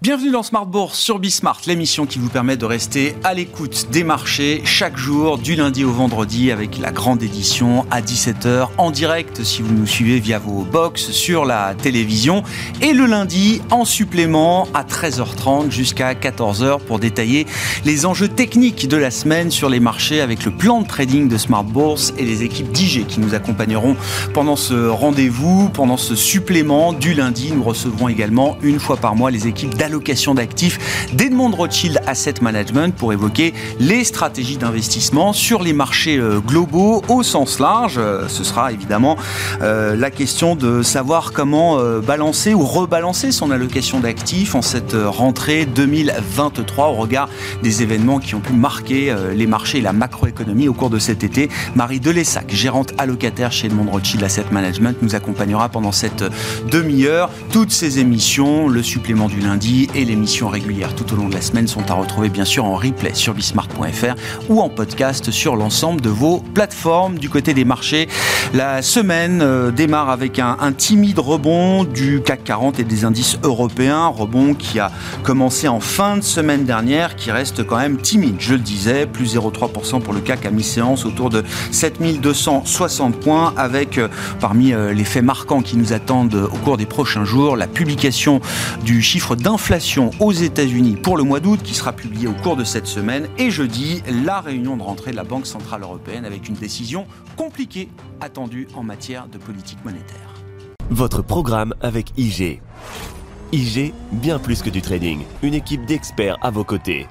Bienvenue dans Smart Bourse sur Bismart, l'émission qui vous permet de rester à l'écoute des marchés chaque jour, du lundi au vendredi, avec la grande édition à 17h en direct si vous nous suivez via vos box sur la télévision, et le lundi en supplément à 13h30 jusqu'à 14h pour détailler les enjeux techniques de la semaine sur les marchés avec le plan de trading de Smart Bourse et les équipes d'IG qui nous accompagneront pendant ce rendez-vous, pendant ce supplément du lundi. Nous recevrons également une fois par mois les équipes d'allocation d'actifs d'Edmond Rothschild Asset Management pour évoquer les stratégies d'investissement sur les marchés globaux au sens large. Ce sera évidemment la question de savoir comment balancer ou rebalancer son allocation d'actifs en cette rentrée 2023 au regard des événements qui ont pu marquer les marchés et la macroéconomie au cours de cet été. Marie Delessac, gérante allocataire chez Edmond Rothschild Asset Management, nous accompagnera pendant cette demi-heure. Toutes ces émissions, le supplément du lundi et l'émission régulière tout au long de la semaine sont à retrouver bien sûr en replay sur bismart.fr ou en podcast sur l'ensemble de vos plateformes. Du côté des marchés, la semaine démarre avec un timide rebond du CAC 40 et des indices européens, rebond qui a commencé en fin de semaine dernière, qui reste quand même timide, je le disais, plus 0,3% pour le CAC à mi-séance autour de 7260 points, avec parmi les faits marquants qui nous attendent au cours des prochains jours, la publication du chiffre d'inflation aux États-Unis pour le mois d'août qui sera publié au cours de cette semaine, et jeudi la réunion de rentrée de la Banque Centrale Européenne avec une décision compliquée attendue en matière de politique monétaire. Votre programme avec IG. IG, bien plus que du trading, une équipe d'experts à vos côtés.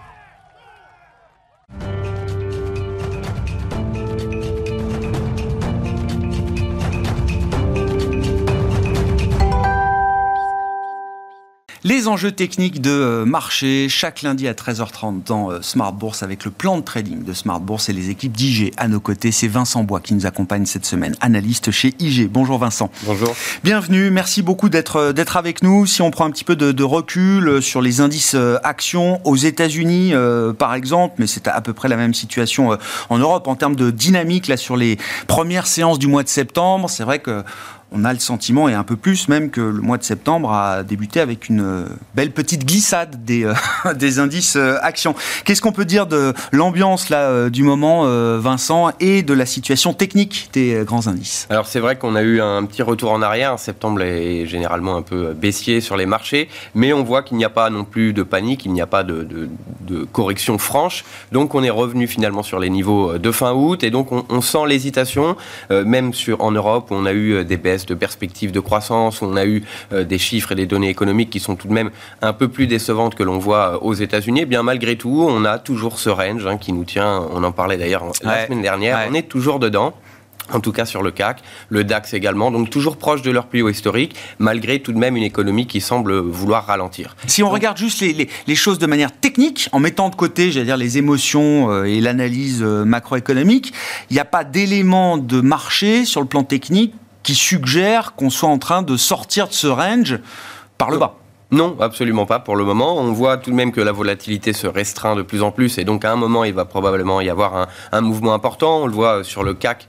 Les enjeux techniques de marché, chaque lundi à 13h30 dans Smart Bourse avec le plan de trading de Smart Bourse et les équipes d'IG à nos côtés. C'est Vincent Bois qui nous accompagne cette semaine, analyste chez IG. Bonjour Vincent. Bonjour. Bienvenue, merci beaucoup d'être avec nous. Si on prend un petit peu de recul sur les indices actions aux États-Unis par exemple, mais c'est à peu près la même situation en Europe en termes de dynamique là sur les premières séances du mois de septembre, c'est vrai que on a le sentiment, et un peu plus même, que le mois de septembre a débuté avec une belle petite glissade des indices actions. Qu'est-ce qu'on peut dire de l'ambiance là du moment, Vincent, et de la situation technique des grands indices ? Alors c'est vrai qu'on a eu un petit retour en arrière. Septembre est généralement un peu baissier sur les marchés, mais on voit qu'il n'y a pas non plus de panique, il n'y a pas de correction franche. Donc on est revenu finalement sur les niveaux de fin août, et donc on sent l'hésitation, même en Europe où on a eu des baisses de perspectives de croissance, où on a eu des chiffres et des données économiques qui sont tout de même un peu plus décevantes que l'on voit aux États-Unis. Bien malgré tout, on a toujours ce range qui nous tient, on en parlait d'ailleurs la semaine dernière, on est toujours dedans. En tout cas sur le CAC, le DAX également, donc toujours proche de leur plus haut historique, malgré tout de même une économie qui semble vouloir ralentir. Si on regarde juste les choses de manière technique, en mettant de côté, j'allais dire, les émotions et l'analyse macroéconomique, il n'y a pas d'éléments de marché sur le plan technique qui suggère qu'on soit en train de sortir de ce range par le bas. Non, absolument pas pour le moment. On voit tout de même que la volatilité se restreint de plus en plus, et donc à un moment il va probablement y avoir un mouvement important. On le voit sur le CAC,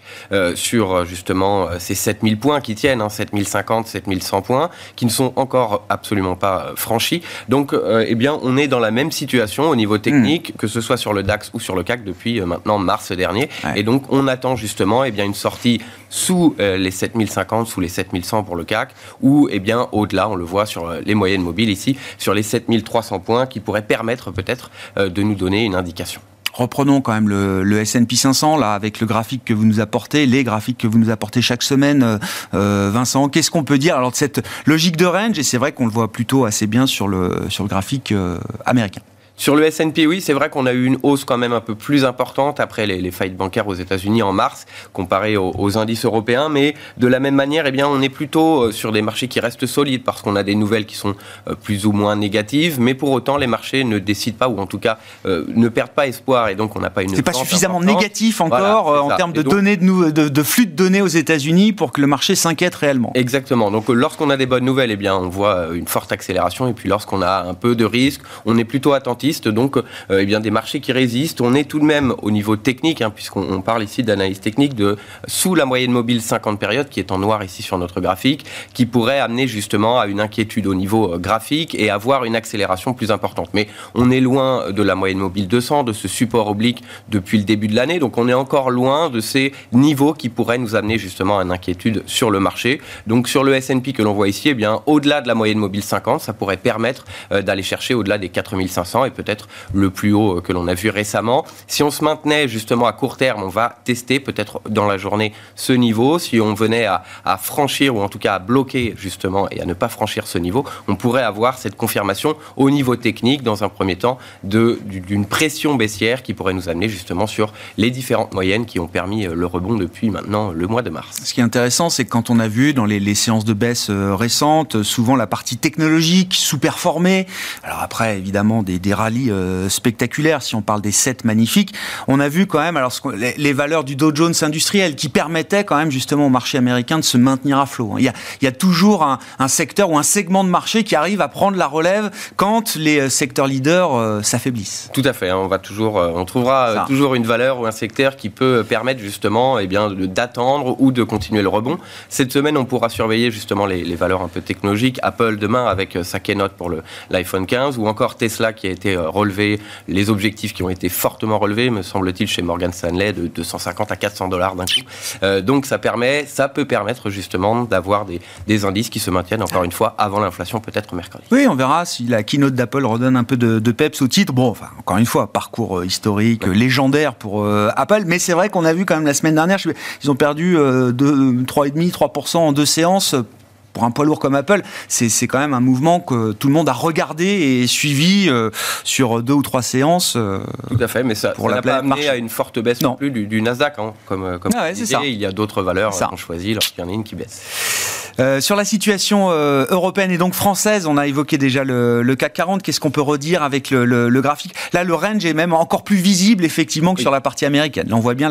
sur justement ces 7000 points qui tiennent, 7050, 7100 points, qui ne sont encore absolument pas franchis. Donc eh bien on est dans la même situation au niveau technique, que ce soit sur le DAX ou sur le CAC depuis maintenant mars dernier. Ouais. Et donc on attend justement eh bien une sortie sous les 7050, sous les 7100 pour le CAC, ou eh bien au-delà, on le voit sur les moyennes mobiles ici, sur les 7300 points, qui pourraient permettre peut-être de nous donner une indication. Reprenons quand même le S&P 500 là, avec le graphique que vous nous apportez, les graphiques que vous nous apportez chaque semaine, Vincent. Qu'est-ce qu'on peut dire alors de cette logique de range ? Et c'est vrai qu'on le voit plutôt assez bien sur le graphique américain. Sur le S&P, oui, c'est vrai qu'on a eu une hausse quand même un peu plus importante après les faillites bancaires aux États-Unis en mars, comparé aux indices européens. Mais de la même manière, eh bien, on est plutôt sur des marchés qui restent solides, parce qu'on a des nouvelles qui sont plus ou moins négatives. Mais pour autant, les marchés ne décident pas, ou en tout cas ne perdent pas espoir. Et donc, on n'a pas une. C'est pas suffisamment négatif encore, voilà, en termes de données de flux de données aux États-Unis pour que le marché s'inquiète réellement. Exactement. Donc, lorsqu'on a des bonnes nouvelles, eh bien, on voit une forte accélération. Et puis, lorsqu'on a un peu de risque, on est plutôt attentif. résistent, donc des marchés qui résistent. On est tout de même au niveau technique, puisqu'on parle ici d'analyse technique, sous la moyenne mobile 50 périodes, qui est en noir ici sur notre graphique, qui pourrait amener justement à une inquiétude au niveau graphique et avoir une accélération plus importante. Mais on est loin de la moyenne mobile 200, de ce support oblique depuis le début de l'année, donc on est encore loin de ces niveaux qui pourraient nous amener justement à une inquiétude sur le marché. Donc sur le S&P que l'on voit ici, au-delà de la moyenne mobile 50, ça pourrait permettre d'aller chercher au-delà des 4500 et peut-être le plus haut que l'on a vu récemment. Si on se maintenait justement à court terme, on va tester peut-être dans la journée ce niveau. Si on venait à franchir ou en tout cas à bloquer justement et à ne pas franchir ce niveau, on pourrait avoir cette confirmation au niveau technique dans un premier temps d'une pression baissière qui pourrait nous amener justement sur les différentes moyennes qui ont permis le rebond depuis maintenant le mois de mars. Ce qui est intéressant, c'est que quand on a vu dans les séances de baisse récentes, souvent la partie technologique sous-performée, alors après évidemment des rallyes spectaculaires, si on parle des 7 magnifiques, on a vu quand même les valeurs du Dow Jones industriel qui permettaient quand même justement au marché américain de se maintenir à flot. Il y a toujours un secteur ou un segment de marché qui arrive à prendre la relève quand les secteurs leaders s'affaiblissent. Tout à fait, on trouvera toujours une valeur ou un secteur qui peut permettre justement d'attendre ou de continuer le rebond. Cette semaine, on pourra surveiller justement les valeurs un peu technologiques. Apple demain avec sa keynote pour l'iPhone 15 ou encore Tesla qui a été relevé, les objectifs qui ont été fortement relevés, me semble-t-il, chez Morgan Stanley de 250 à 400 $ d'un coup. Donc ça peut permettre justement d'avoir des indices qui se maintiennent encore une fois avant l'inflation peut-être mercredi. Oui, on verra si la keynote d'Apple redonne un peu de peps au titre. Bon, enfin, encore une fois, parcours historique, légendaire pour Apple, mais c'est vrai qu'on a vu quand même la semaine dernière, ils ont perdu 3,5-3% en 2 séances. Pour un poids lourd comme Apple, c'est quand même un mouvement que tout le monde a regardé et suivi sur 2 ou 3 séances. Tout à fait, mais ça n'a pas amené à une forte baisse non plus du Nasdaq, comme il y a d'autres valeurs qu'on choisit lorsqu'il y en a une qui baisse. Sur la situation européenne et donc française, on a évoqué déjà le CAC 40. Qu'est-ce qu'on peut redire avec le graphique ? Là, le range est même encore plus visible effectivement que sur la partie américaine. Là, on voit bien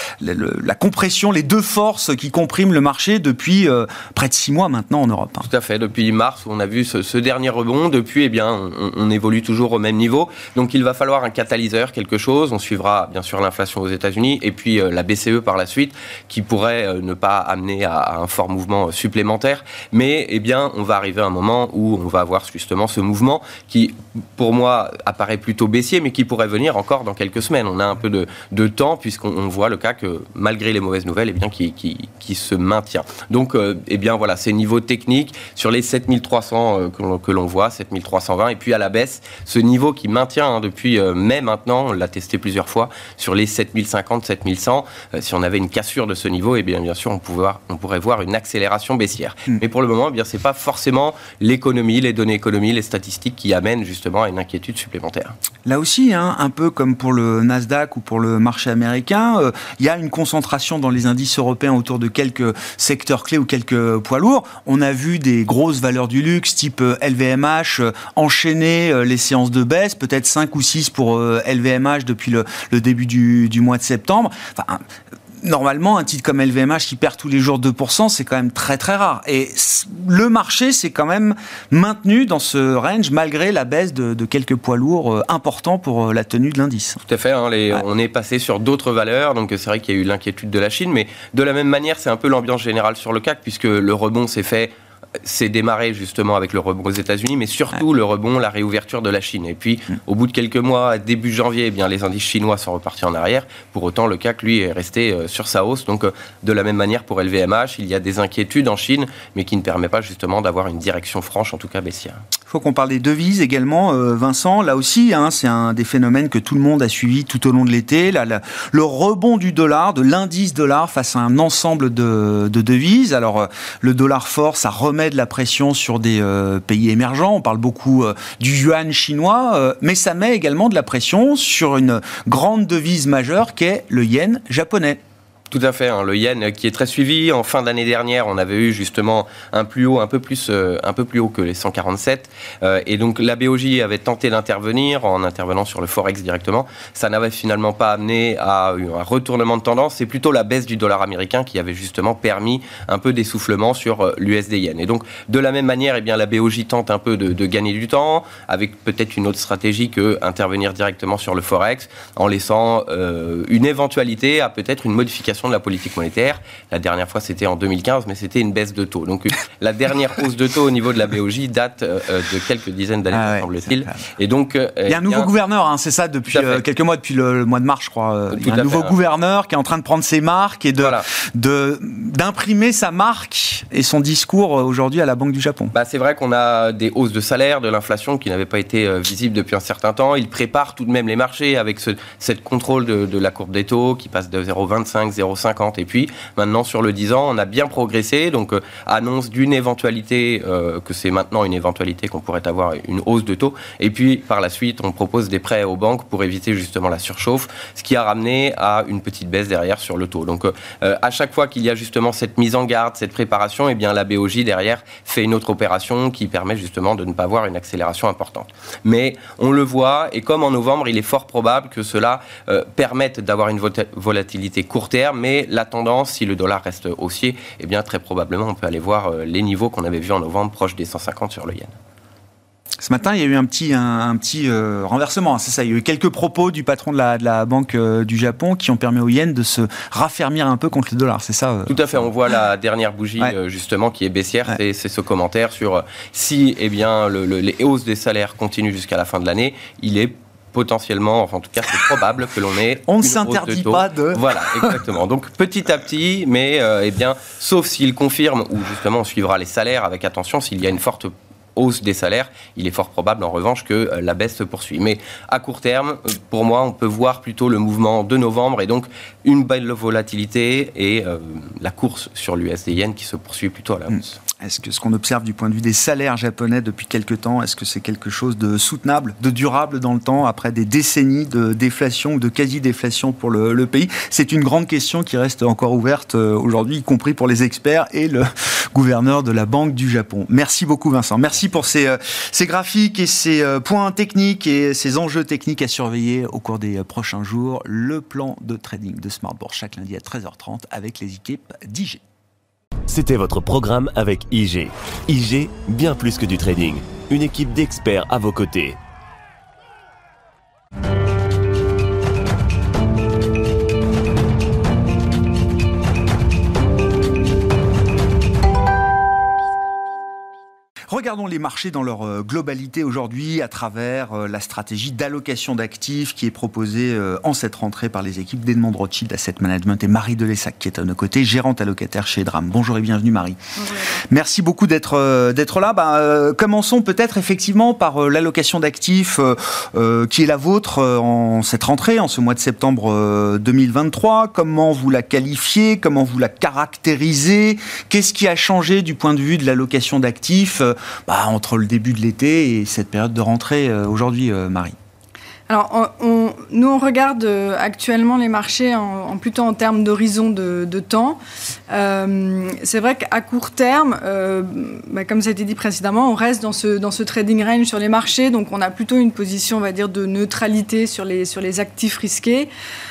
la compression, les deux forces qui compriment le marché depuis près de 6 mois maintenant en Europe. Tout à fait. Depuis mars, où on a vu ce dernier rebond. Depuis, on évolue toujours au même niveau. Donc, il va falloir un catalyseur, quelque chose. On suivra bien sûr l'inflation aux États-Unis et puis la BCE par la suite, qui pourrait ne pas amener à un fort mouvement supplémentaire. Mais on va arriver à un moment où on va avoir justement ce mouvement qui, pour moi, apparaît plutôt baissier, mais qui pourrait venir encore dans quelques semaines. On a un peu de temps, puisqu'on voit le cas que, malgré les mauvaises nouvelles, qui se maintient. Donc, voilà, ces niveaux techniques sur les 7300 que l'on voit, 7320, et puis à la baisse, ce niveau qui maintient depuis mai maintenant, on l'a testé plusieurs fois, sur les 7050, 7100. Si on avait une cassure de ce niveau, bien sûr, on pourrait voir une accélération baissière. Mais pour le moment, c'est pas forcément l'économie, les données économiques, les statistiques qui amènent justement à une inquiétude supplémentaire. Là aussi, un peu comme pour le Nasdaq ou pour le marché américain, il y a une concentration dans les indices européens autour de quelques secteurs clés ou quelques poids lourds. On a vu des grosses valeurs du luxe, type LVMH, enchaîner les séances de baisse, peut-être 5 ou 6 pour LVMH depuis le début du mois de septembre. Enfin, normalement, un titre comme LVMH qui perd tous les jours 2%, c'est quand même très très rare. Et le marché s'est quand même maintenu dans ce range malgré la baisse de quelques poids lourds importants pour la tenue de l'indice. Tout à fait, on est passé sur d'autres valeurs, donc c'est vrai qu'il y a eu l'inquiétude de la Chine, mais de la même manière, c'est un peu l'ambiance générale sur le CAC, puisque le rebond c'est démarré justement avec le rebond aux États-Unis, mais surtout le rebond, la réouverture de la Chine. Et puis, au bout de quelques mois, début janvier, les indices chinois sont repartis en arrière. Pour autant, le CAC, lui, est resté sur sa hausse. Donc, de la même manière pour LVMH, il y a des inquiétudes en Chine, mais qui ne permet pas justement d'avoir une direction franche, en tout cas baissière. Il faut qu'on parle des devises également, Vincent. Là aussi, c'est un des phénomènes que tout le monde a suivi tout au long de l'été. Le rebond du dollar, de l'indice dollar face à un ensemble de devises. Alors, le dollar fort, ça remet de la pression sur des pays émergents. On parle beaucoup du yuan chinois, mais ça met également de la pression sur une grande devise majeure qu'est le yen japonais. Tout à fait, le yen qui est très suivi. En fin d'année dernière, on avait eu justement un plus haut, un peu plus haut que les 147. Et donc la BOJ avait tenté d'intervenir en intervenant sur le Forex directement. Ça n'avait finalement pas amené à un retournement de tendance. C'est plutôt la baisse du dollar américain qui avait justement permis un peu d'essoufflement sur l'USD yen. Et donc de la même manière, la BOJ tente un peu de gagner du temps avec peut-être une autre stratégie que intervenir directement sur le Forex en laissant une éventualité à peut-être une modification de la politique monétaire. La dernière fois, c'était en 2015, mais c'était une baisse de taux. Donc, la dernière hausse de taux au niveau de la BOJ date de quelques dizaines d'années, semble-t-il. Et donc, il y a un nouveau gouverneur, c'est ça, depuis quelques mois, depuis le mois de mars, je crois. Il y a un nouveau gouverneur qui est en train de prendre ses marques et d'imprimer sa marque et son discours aujourd'hui à la Banque du Japon. C'est vrai qu'on a des hausses de salaire, de l'inflation qui n'avaient pas été visibles depuis un certain temps. Il prépare tout de même les marchés avec cette contrôle de la courbe des taux qui passe de 0,25, 0,50. Et puis, maintenant, sur le 10 ans, on a bien progressé. Donc, annonce d'une éventualité, que c'est maintenant une éventualité qu'on pourrait avoir une hausse de taux. Et puis, par la suite, on propose des prêts aux banques pour éviter justement la surchauffe, ce qui a ramené à une petite baisse derrière sur le taux. Donc, à chaque fois qu'il y a justement cette mise en garde, cette préparation, la BOJ derrière fait une autre opération qui permet justement de ne pas avoir une accélération importante. Mais on le voit, et comme en novembre, il est fort probable que cela permette d'avoir une volatilité court terme, mais la tendance, si le dollar reste haussier, très probablement, on peut aller voir les niveaux qu'on avait vus en novembre, proches des 150 sur le yen. Ce matin, il y a eu un petit renversement, c'est ça. Il y a eu quelques propos du patron de la Banque du Japon qui ont permis au yen de se raffermir un peu contre le dollar, c'est ça Tout à fait, on voit la dernière bougie justement qui est baissière, c'est ce commentaire sur si les hausses des salaires continuent jusqu'à la fin de l'année, il est potentiellement, enfin en tout cas c'est probable que l'on ait on ne s'interdit pas de... Voilà, exactement. Donc petit à petit, mais sauf s'il confirme, ou justement on suivra les salaires avec attention, s'il y a une forte hausse des salaires, il est fort probable en revanche que la baisse se poursuit. Mais à court terme, pour moi, on peut voir plutôt le mouvement de novembre et donc une belle volatilité et la course sur l'USD yen qui se poursuit plutôt à la hausse. Est-ce que ce qu'on observe du point de vue des salaires japonais depuis quelques temps, est-ce que c'est quelque chose de soutenable, de durable dans le temps, après des décennies de déflation ou de quasi-déflation pour le pays? C'est une grande question qui reste encore ouverte aujourd'hui, y compris pour les experts et le gouverneur de la Banque du Japon. Merci beaucoup Vincent. Merci pour ces graphiques et ces points techniques et ces enjeux techniques à surveiller au cours des prochains jours. Le plan de trading de Smart Bourse chaque lundi à 13h30 avec les équipes d'IG. C'était votre programme avec IG. IG, bien plus que du trading. Une équipe d'experts à vos côtés. Regardons les marchés dans leur globalité aujourd'hui à travers la stratégie d'allocation d'actifs qui est proposée en cette rentrée par les équipes d'Edmond Rothschild Asset Management et Marie Delessac qui est à nos côtés, gérante allocataire chez Edram. Bonjour et bienvenue Marie. Bonjour. Merci beaucoup d'être là. Commençons peut-être effectivement par l'allocation d'actifs qui est la vôtre en cette rentrée, en ce mois de septembre 2023. Comment vous la qualifiez? Comment vous la caractérisez? Qu'est-ce qui a changé du point de vue de l'allocation d'actifs entre le début de l'été et cette période de rentrée aujourd'hui, Marie? Alors, nous, on regarde actuellement les marchés plutôt en termes d'horizon de temps. C'est vrai qu'à court terme, comme ça a été dit précédemment, on reste dans ce trading range sur les marchés. Donc, on a plutôt une position, on va dire, de neutralité sur les actifs risqués.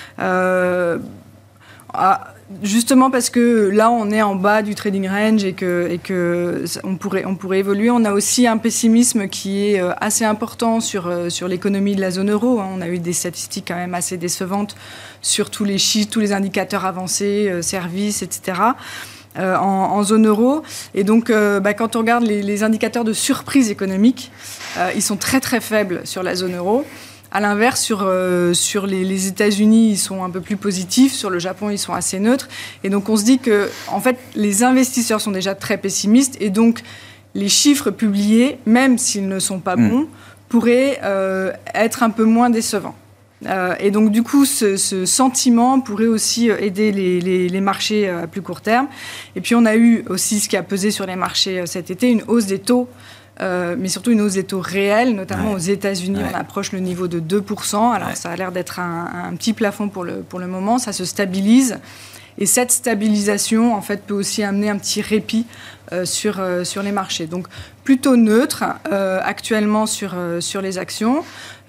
Justement parce que là, on est en bas du trading range et que on pourrait évoluer. On a aussi un pessimisme qui est assez important sur l'économie de la zone euro. On a eu des statistiques quand même assez décevantes sur tous les chiffres, tous les indicateurs avancés, services, etc. En zone euro. Et donc, quand on regarde les indicateurs de surprise économique, ils sont très très faibles sur la zone euro. À l'inverse, sur les États-Unis, ils sont un peu plus positifs. Sur le Japon, ils sont assez neutres. Et donc, on se dit que, en fait, les investisseurs sont déjà très pessimistes. Et donc, les chiffres publiés, même s'ils ne sont pas bons, pourraient être un peu moins décevants. Et donc, du coup, ce sentiment pourrait aussi aider les marchés à plus court terme. Et puis, on a eu aussi ce qui a pesé sur les marchés cet été, une hausse des taux. Mais surtout une hausse des taux réels, notamment aux États-Unis, on approche le niveau de 2%. Alors ça a l'air d'être un petit plafond pour le moment, ça se stabilise. Et cette stabilisation, en fait, peut aussi amener un petit répit sur les marchés. Donc, plutôt neutre actuellement sur les actions.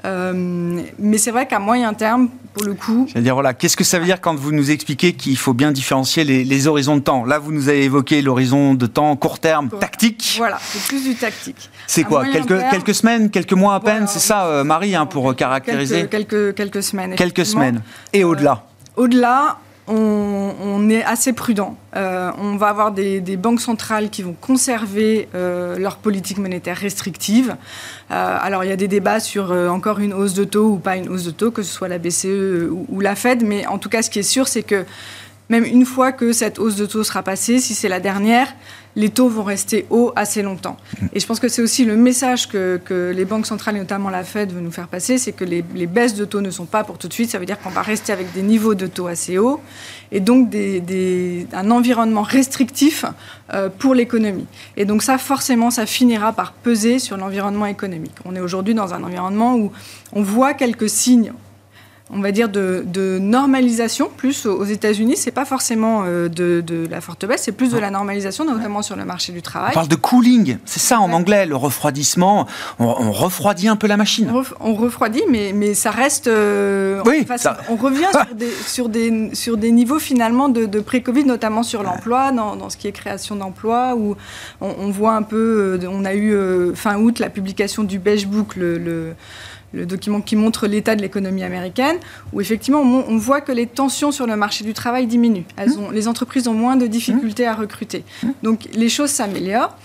Mais c'est vrai qu'à moyen terme, pour le coup... C'est-à-dire, voilà, qu'est-ce que ça veut dire quand vous nous expliquez qu'il faut bien différencier les horizons de temps ? Là, vous nous avez évoqué l'horizon de temps court terme, tactique. Voilà, c'est plus du tactique. C'est quoi ? Quelques semaines, quelques mois à peine, voilà, c'est ça, Marie, pour caractériser ? Quelques semaines. Quelques semaines. Et au-delà ? Au-delà, on est assez prudent. On va avoir des banques centrales qui vont conserver leur politique monétaire restrictive. Alors, il y a des débats sur encore une hausse de taux ou pas une hausse de taux, que ce soit la BCE ou la Fed. Mais en tout cas, ce qui est sûr, c'est que même une fois que cette hausse de taux sera passée, si c'est la dernière, les taux vont rester hauts assez longtemps. Et je pense que c'est aussi le message que les banques centrales, et notamment la Fed, veulent nous faire passer, c'est que les baisses de taux ne sont pas pour tout de suite. Ça veut dire qu'on va rester avec des niveaux de taux assez hauts et donc un environnement restrictif pour l'économie. Et donc ça, forcément, ça finira par peser sur l'environnement économique. On est aujourd'hui dans un environnement où on voit quelques signes, on va dire, de normalisation, plus aux États-Unis. C'est pas forcément de la forte baisse, c'est plus de la normalisation, notamment sur le marché du travail. On parle de cooling, c'est ça en anglais, le refroidissement. On refroidit un peu la machine. On refroidit, mais ça reste... Oui, on revient sur des niveaux finalement de pré-Covid, notamment sur l'emploi, dans ce qui est création d'emplois, où on voit un peu... on a eu fin août la publication du Beige Book, le document qui montre l'état de l'économie américaine, où effectivement on voit que les tensions sur le marché du travail diminuent. Les entreprises ont moins de difficultés à recruter. Donc les choses s'améliorent.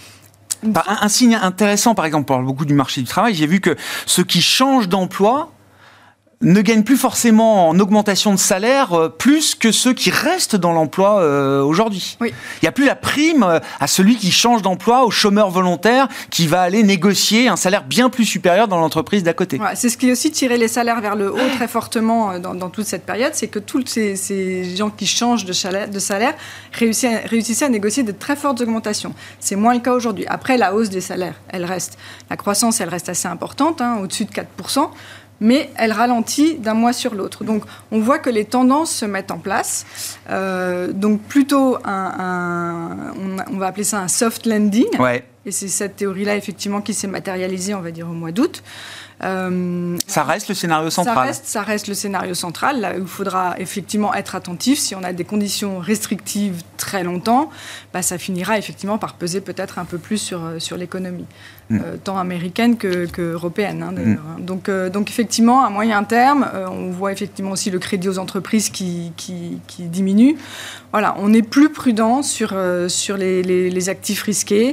Un signe intéressant, par exemple, on parle beaucoup du marché du travail, j'ai vu que ceux qui changent d'emploi ne gagnent plus forcément en augmentation de salaire plus que ceux qui restent dans l'emploi aujourd'hui. Oui. Il n'y a plus la prime à celui qui change d'emploi, au chômeur volontaire qui va aller négocier un salaire bien plus supérieur dans l'entreprise d'à côté. Ouais, c'est ce qui a aussi tiré les salaires vers le haut très fortement dans toute cette période, c'est que tous ces gens qui changent de salaire réussissaient à négocier de très fortes augmentations. C'est moins le cas aujourd'hui. Après, la hausse des salaires, elle reste. La croissance, elle reste assez importante, au-dessus de 4%. Mais elle ralentit d'un mois sur l'autre. Donc, on voit que les tendances se mettent en place. Donc, plutôt on va appeler ça un soft landing. Ouais. Et c'est cette théorie-là, effectivement, qui s'est matérialisée, on va dire, au mois d'août. Ça reste le scénario central. Ça reste le scénario central, là où il faudra effectivement être attentif. Si on a des conditions restrictives très longtemps, ça finira effectivement par peser peut-être un peu plus sur l'économie, tant américaine que européenne, d'ailleurs. Donc effectivement, à moyen terme, on voit effectivement aussi le crédit aux entreprises qui diminue. Voilà, on est plus prudent sur les actifs risqués.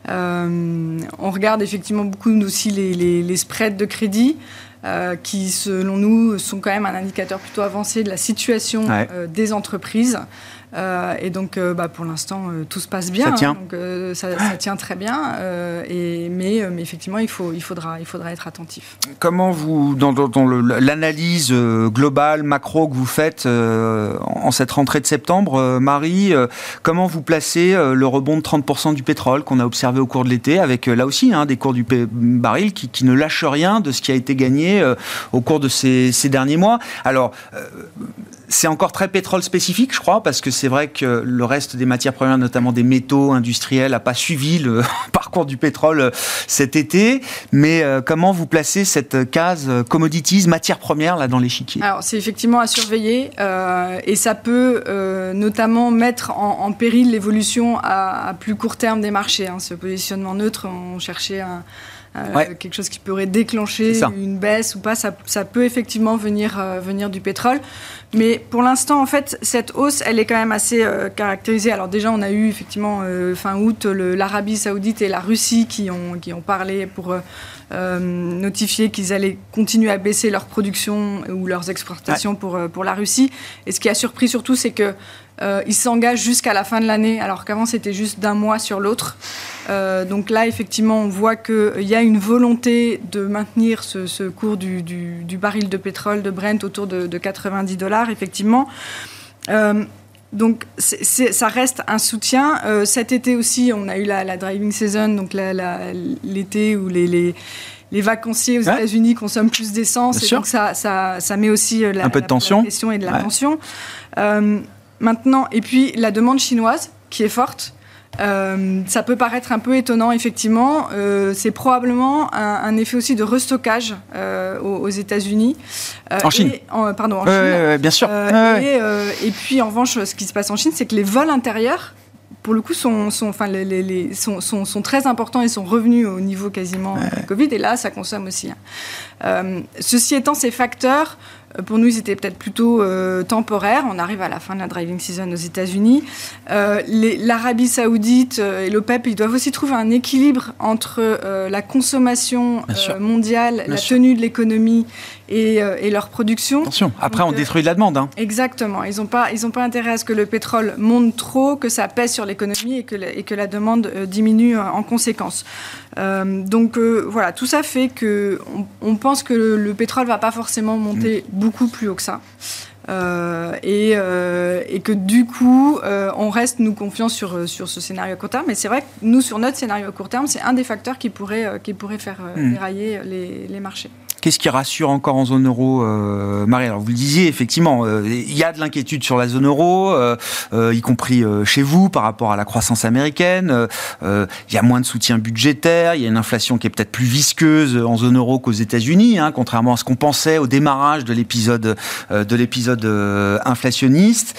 On regarde effectivement beaucoup aussi les spreads de crédit qui, selon nous, sont quand même un indicateur plutôt avancé de la situation des entreprises. Et donc, pour l'instant, tout se passe bien. Ça tient. Donc, ça tient très bien. Mais effectivement, il faudra être attentif. Comment vous, dans l'analyse globale, macro que vous faites en cette rentrée de septembre, Marie, comment vous placez le rebond de 30% du pétrole qu'on a observé au cours de l'été, avec là aussi des cours du baril qui ne lâchent rien de ce qui a été gagné au cours de ces derniers mois. Alors, c'est encore très pétrole spécifique, je crois, parce que c'est vrai que le reste des matières premières, notamment des métaux industriels, n'a pas suivi le parcours du pétrole cet été. Mais comment vous placez cette case commodities, matières premières, là, dans l'échiquier ? Alors, c'est effectivement à surveiller et ça peut notamment mettre en péril l'évolution à plus court terme des marchés. Ce positionnement neutre, on cherchait quelque chose qui pourrait déclencher une baisse ou pas, ça peut effectivement venir du pétrole. Mais pour l'instant, en fait, cette hausse, elle est quand même assez caractérisée. Alors déjà, on a eu effectivement fin août l'Arabie Saoudite et la Russie qui ont parlé pour notifier qu'ils allaient continuer à baisser leur production ou leurs exportations pour la Russie. Et ce qui a surpris surtout, c'est que ils s'engagent jusqu'à la fin de l'année, alors qu'avant c'était juste d'un mois sur l'autre. Donc là, effectivement, on voit qu'il y a une volonté de maintenir ce cours du baril de pétrole de Brent autour de $90, effectivement. Donc ça reste un soutien. Cet été aussi, on a eu la driving season, donc l'été où les vacanciers aux États-Unis consomment plus d'essence. Et donc ça met aussi un peu de tension. La pression et de la tension. Maintenant, et puis la demande chinoise qui est forte. Ça peut paraître un peu étonnant, effectivement. C'est probablement un effet aussi de restockage aux États-Unis. En Chine. En Chine. Bien sûr. Et puis, en revanche, ce qui se passe en Chine, c'est que les vols intérieurs, pour le coup, sont très importants et sont revenus au niveau quasiment du Covid. Et là, ça consomme aussi. Ceci étant, ces facteurs, pour nous, ils étaient peut-être plutôt temporaires. On arrive à la fin de la driving season aux États-Unis. L'Arabie Saoudite et l'OPEP, ils doivent aussi trouver un équilibre entre la consommation mondiale, la tenue de l'économie et leur production. Attention, après, on détruit de la demande. Exactement. Ils n'ont pas intérêt à ce que le pétrole monte trop, que ça pèse sur l'économie et que la demande diminue en conséquence. Donc voilà, tout ça fait qu'on pense que le pétrole ne va pas forcément monter beaucoup plus haut que ça. Et que du coup, on reste, nous, confiants sur ce scénario à court terme. Mais c'est vrai que nous, sur notre scénario à court terme, c'est un des facteurs qui pourrait faire dérailler les marchés. Qu'est-ce qui rassure encore en zone euro, Marie? Alors, vous le disiez, effectivement, il y a de l'inquiétude sur la zone euro, y compris chez vous, par rapport à la croissance américaine. Il y a moins de soutien budgétaire, il y a une inflation qui est peut-être plus visqueuse en zone euro qu'aux États-Unis, contrairement à ce qu'on pensait au démarrage de l'épisode inflationniste.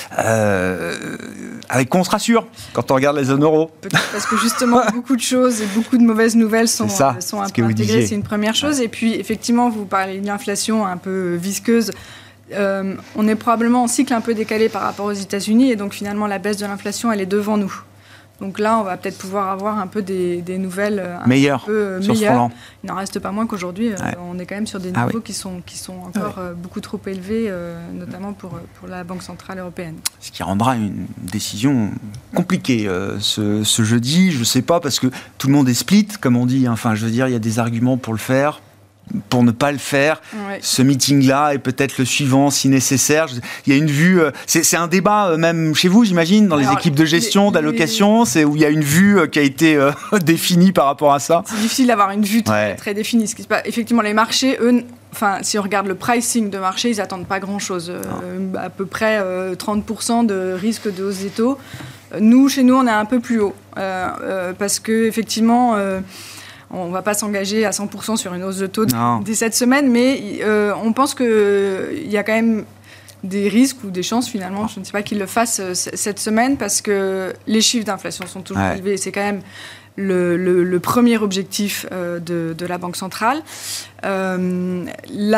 Avec quoi on se rassure quand on regarde la zone euro? Peut-être parce que justement, beaucoup de choses et beaucoup de mauvaises nouvelles sont un peu intégrées. C'est une première chose. Et puis, effectivement, vous parlez d'une inflation un peu visqueuse. On est probablement en cycle un peu décalé par rapport aux États-Unis. Et donc, finalement, la baisse de l'inflation, elle est devant nous. Donc là, on va peut-être pouvoir avoir un peu des nouvelles meilleures sur ce front-là. Il n'en reste pas moins qu'aujourd'hui, on est quand même sur des niveaux qui sont encore beaucoup trop élevés, notamment pour la Banque Centrale Européenne. Ce qui rendra une décision compliquée ce jeudi. Je ne sais pas, parce que tout le monde est split, comme on dit. Enfin, je veux dire, il y a des arguments pour le faire, pour ne pas le faire. Ce meeting-là est peut-être le suivant si nécessaire. Il y a une vue, c'est un débat même chez vous, j'imagine, dans les équipes de gestion, d'allocation, c'est où il y a une vue qui a été définie par rapport à ça. C'est difficile d'avoir une vue très définie. Ce qui se passe, effectivement, les marchés, eux, si on regarde le pricing de marché, ils n'attendent pas grand-chose. À peu près 30% de risque de hausse des taux. Nous, chez nous, on est un peu plus haut. Parce qu'effectivement... on ne va pas s'engager à 100% sur une hausse de taux dès cette semaine, mais on pense qu'il y a quand même des risques ou des chances, finalement, je ne sais pas, qu'ils le fassent cette semaine, parce que les chiffres d'inflation sont toujours élevés. C'est quand même le premier objectif de la Banque centrale. Même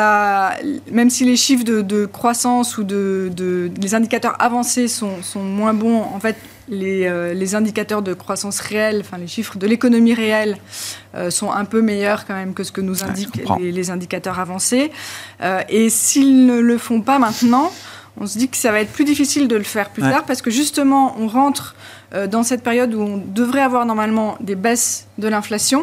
si les chiffres de croissance ou les indicateurs avancés sont moins bons, en fait, les indicateurs de croissance réelle, les chiffres de l'économie réelle sont un peu meilleurs quand même que ce que nous indiquent les indicateurs avancés. Et s'ils ne le font pas maintenant, on se dit que ça va être plus difficile de le faire plus tard, parce que justement, on rentre dans cette période où on devrait avoir normalement des baisses de l'inflation,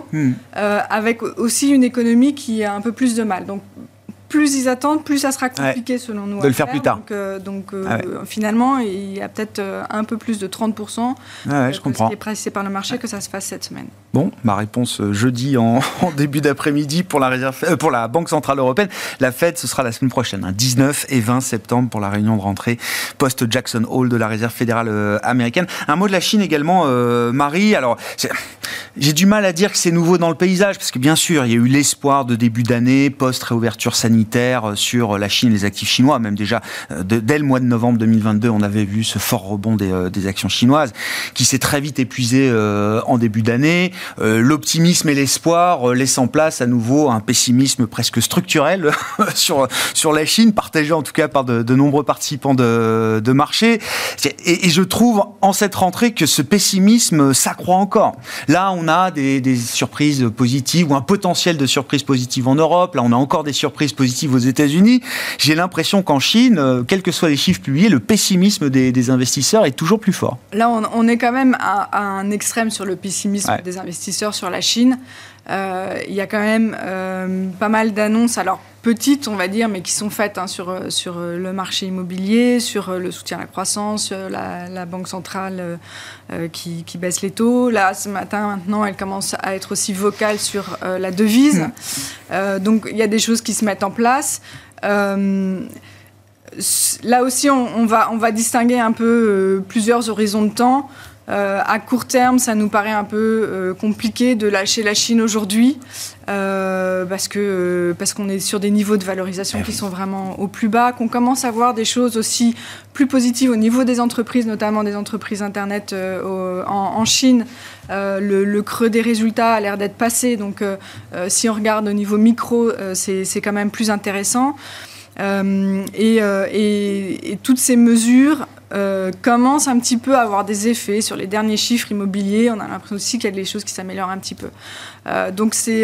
avec aussi une économie qui a un peu plus de mal. Donc, plus ils attendent, plus ça sera compliqué selon nous. De le faire plus tard. Donc finalement, il y a peut-être un peu plus de 30% je comprends. Ce qui est précisé par le marché que ça se fasse cette semaine. Bon, ma réponse jeudi en début d'après-midi pour la Banque Centrale Européenne. La Fed, ce sera la semaine prochaine, 19 et 20 septembre pour la réunion de rentrée post-Jackson Hole de la Réserve fédérale américaine. Un mot de la Chine également, Marie. Alors, j'ai du mal à dire que c'est nouveau dans le paysage, parce que bien sûr, il y a eu l'espoir de début d'année, post-réouverture sanitaire sur la Chine, les actifs chinois. Même déjà, dès le mois de novembre 2022, on avait vu ce fort rebond des actions chinoises, qui s'est très vite épuisé en début d'année. L'optimisme et l'espoir laissent en place à nouveau un pessimisme presque structurel sur la Chine, partagé en tout cas par de nombreux participants de marché. Et je trouve en cette rentrée que ce pessimisme s'accroît encore. Là, on a des surprises positives, ou un potentiel de surprises positives en Europe. Là, on a encore des surprises positives aux États-Unis. J'ai l'impression qu'en Chine, quels que soient les chiffres publiés, le pessimisme des investisseurs est toujours plus fort. Là, on est quand même à un extrême sur le pessimisme des investisseurs sur la Chine. Il y a quand même pas mal d'annonces, alors petites, on va dire, mais qui sont faites sur le marché immobilier, sur le soutien à la croissance, la Banque centrale qui baisse les taux. Là, ce matin, maintenant, elle commence à être aussi vocale sur la devise. Donc, il y a des choses qui se mettent en place. là aussi, on va distinguer un peu plusieurs horizons de temps. À court terme, ça nous paraît un peu compliqué de lâcher la Chine aujourd'hui parce qu'on est sur des niveaux de valorisation qui sont vraiment au plus bas, qu'on commence à voir des choses aussi plus positives au niveau des entreprises, notamment des entreprises Internet en Chine. Le creux des résultats a l'air d'être passé, donc si on regarde au niveau micro, c'est quand même plus intéressant. Et toutes ces mesures commencent un petit peu à avoir des effets sur les derniers chiffres immobiliers. On a l'impression aussi qu'il y a des choses qui s'améliorent un petit peu. Donc on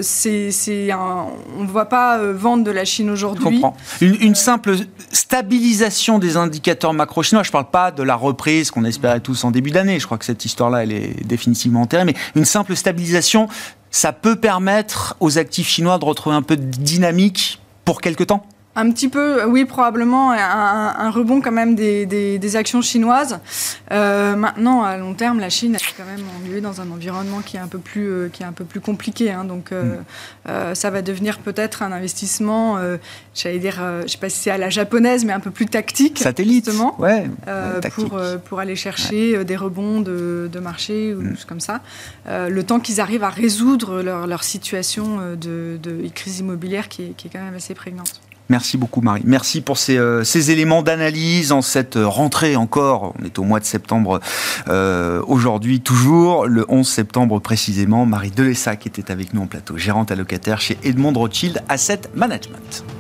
ne va pas vendre de la Chine aujourd'hui. Je comprends. Une simple stabilisation des indicateurs macro-chinois. Je ne parle pas de la reprise qu'on espérait tous en début d'année. Je crois que cette histoire-là, elle est définitivement enterrée. Mais une simple stabilisation, ça peut permettre aux actifs chinois de retrouver un peu de dynamique pour quelque temps ? Un petit peu, oui, probablement un rebond quand même des actions chinoises. Maintenant, à long terme, la Chine est quand même engluée dans un environnement qui est un peu plus compliqué. Hein, donc, ça va devenir peut-être un investissement, j'allais dire, je ne sais pas si c'est à la japonaise, mais un peu plus tactique. Satellite, justement, tactique. pour aller chercher des rebonds de marché ou choses comme ça. Le temps qu'ils arrivent à résoudre leur situation de crise immobilière qui est quand même assez prégnante. Merci beaucoup Marie. Merci pour ces éléments d'analyse en cette rentrée encore. On est au mois de septembre aujourd'hui, toujours le 11 septembre précisément. Marie Delessac était avec nous en plateau, gérante allocataire chez Edmond Rothschild Asset Management.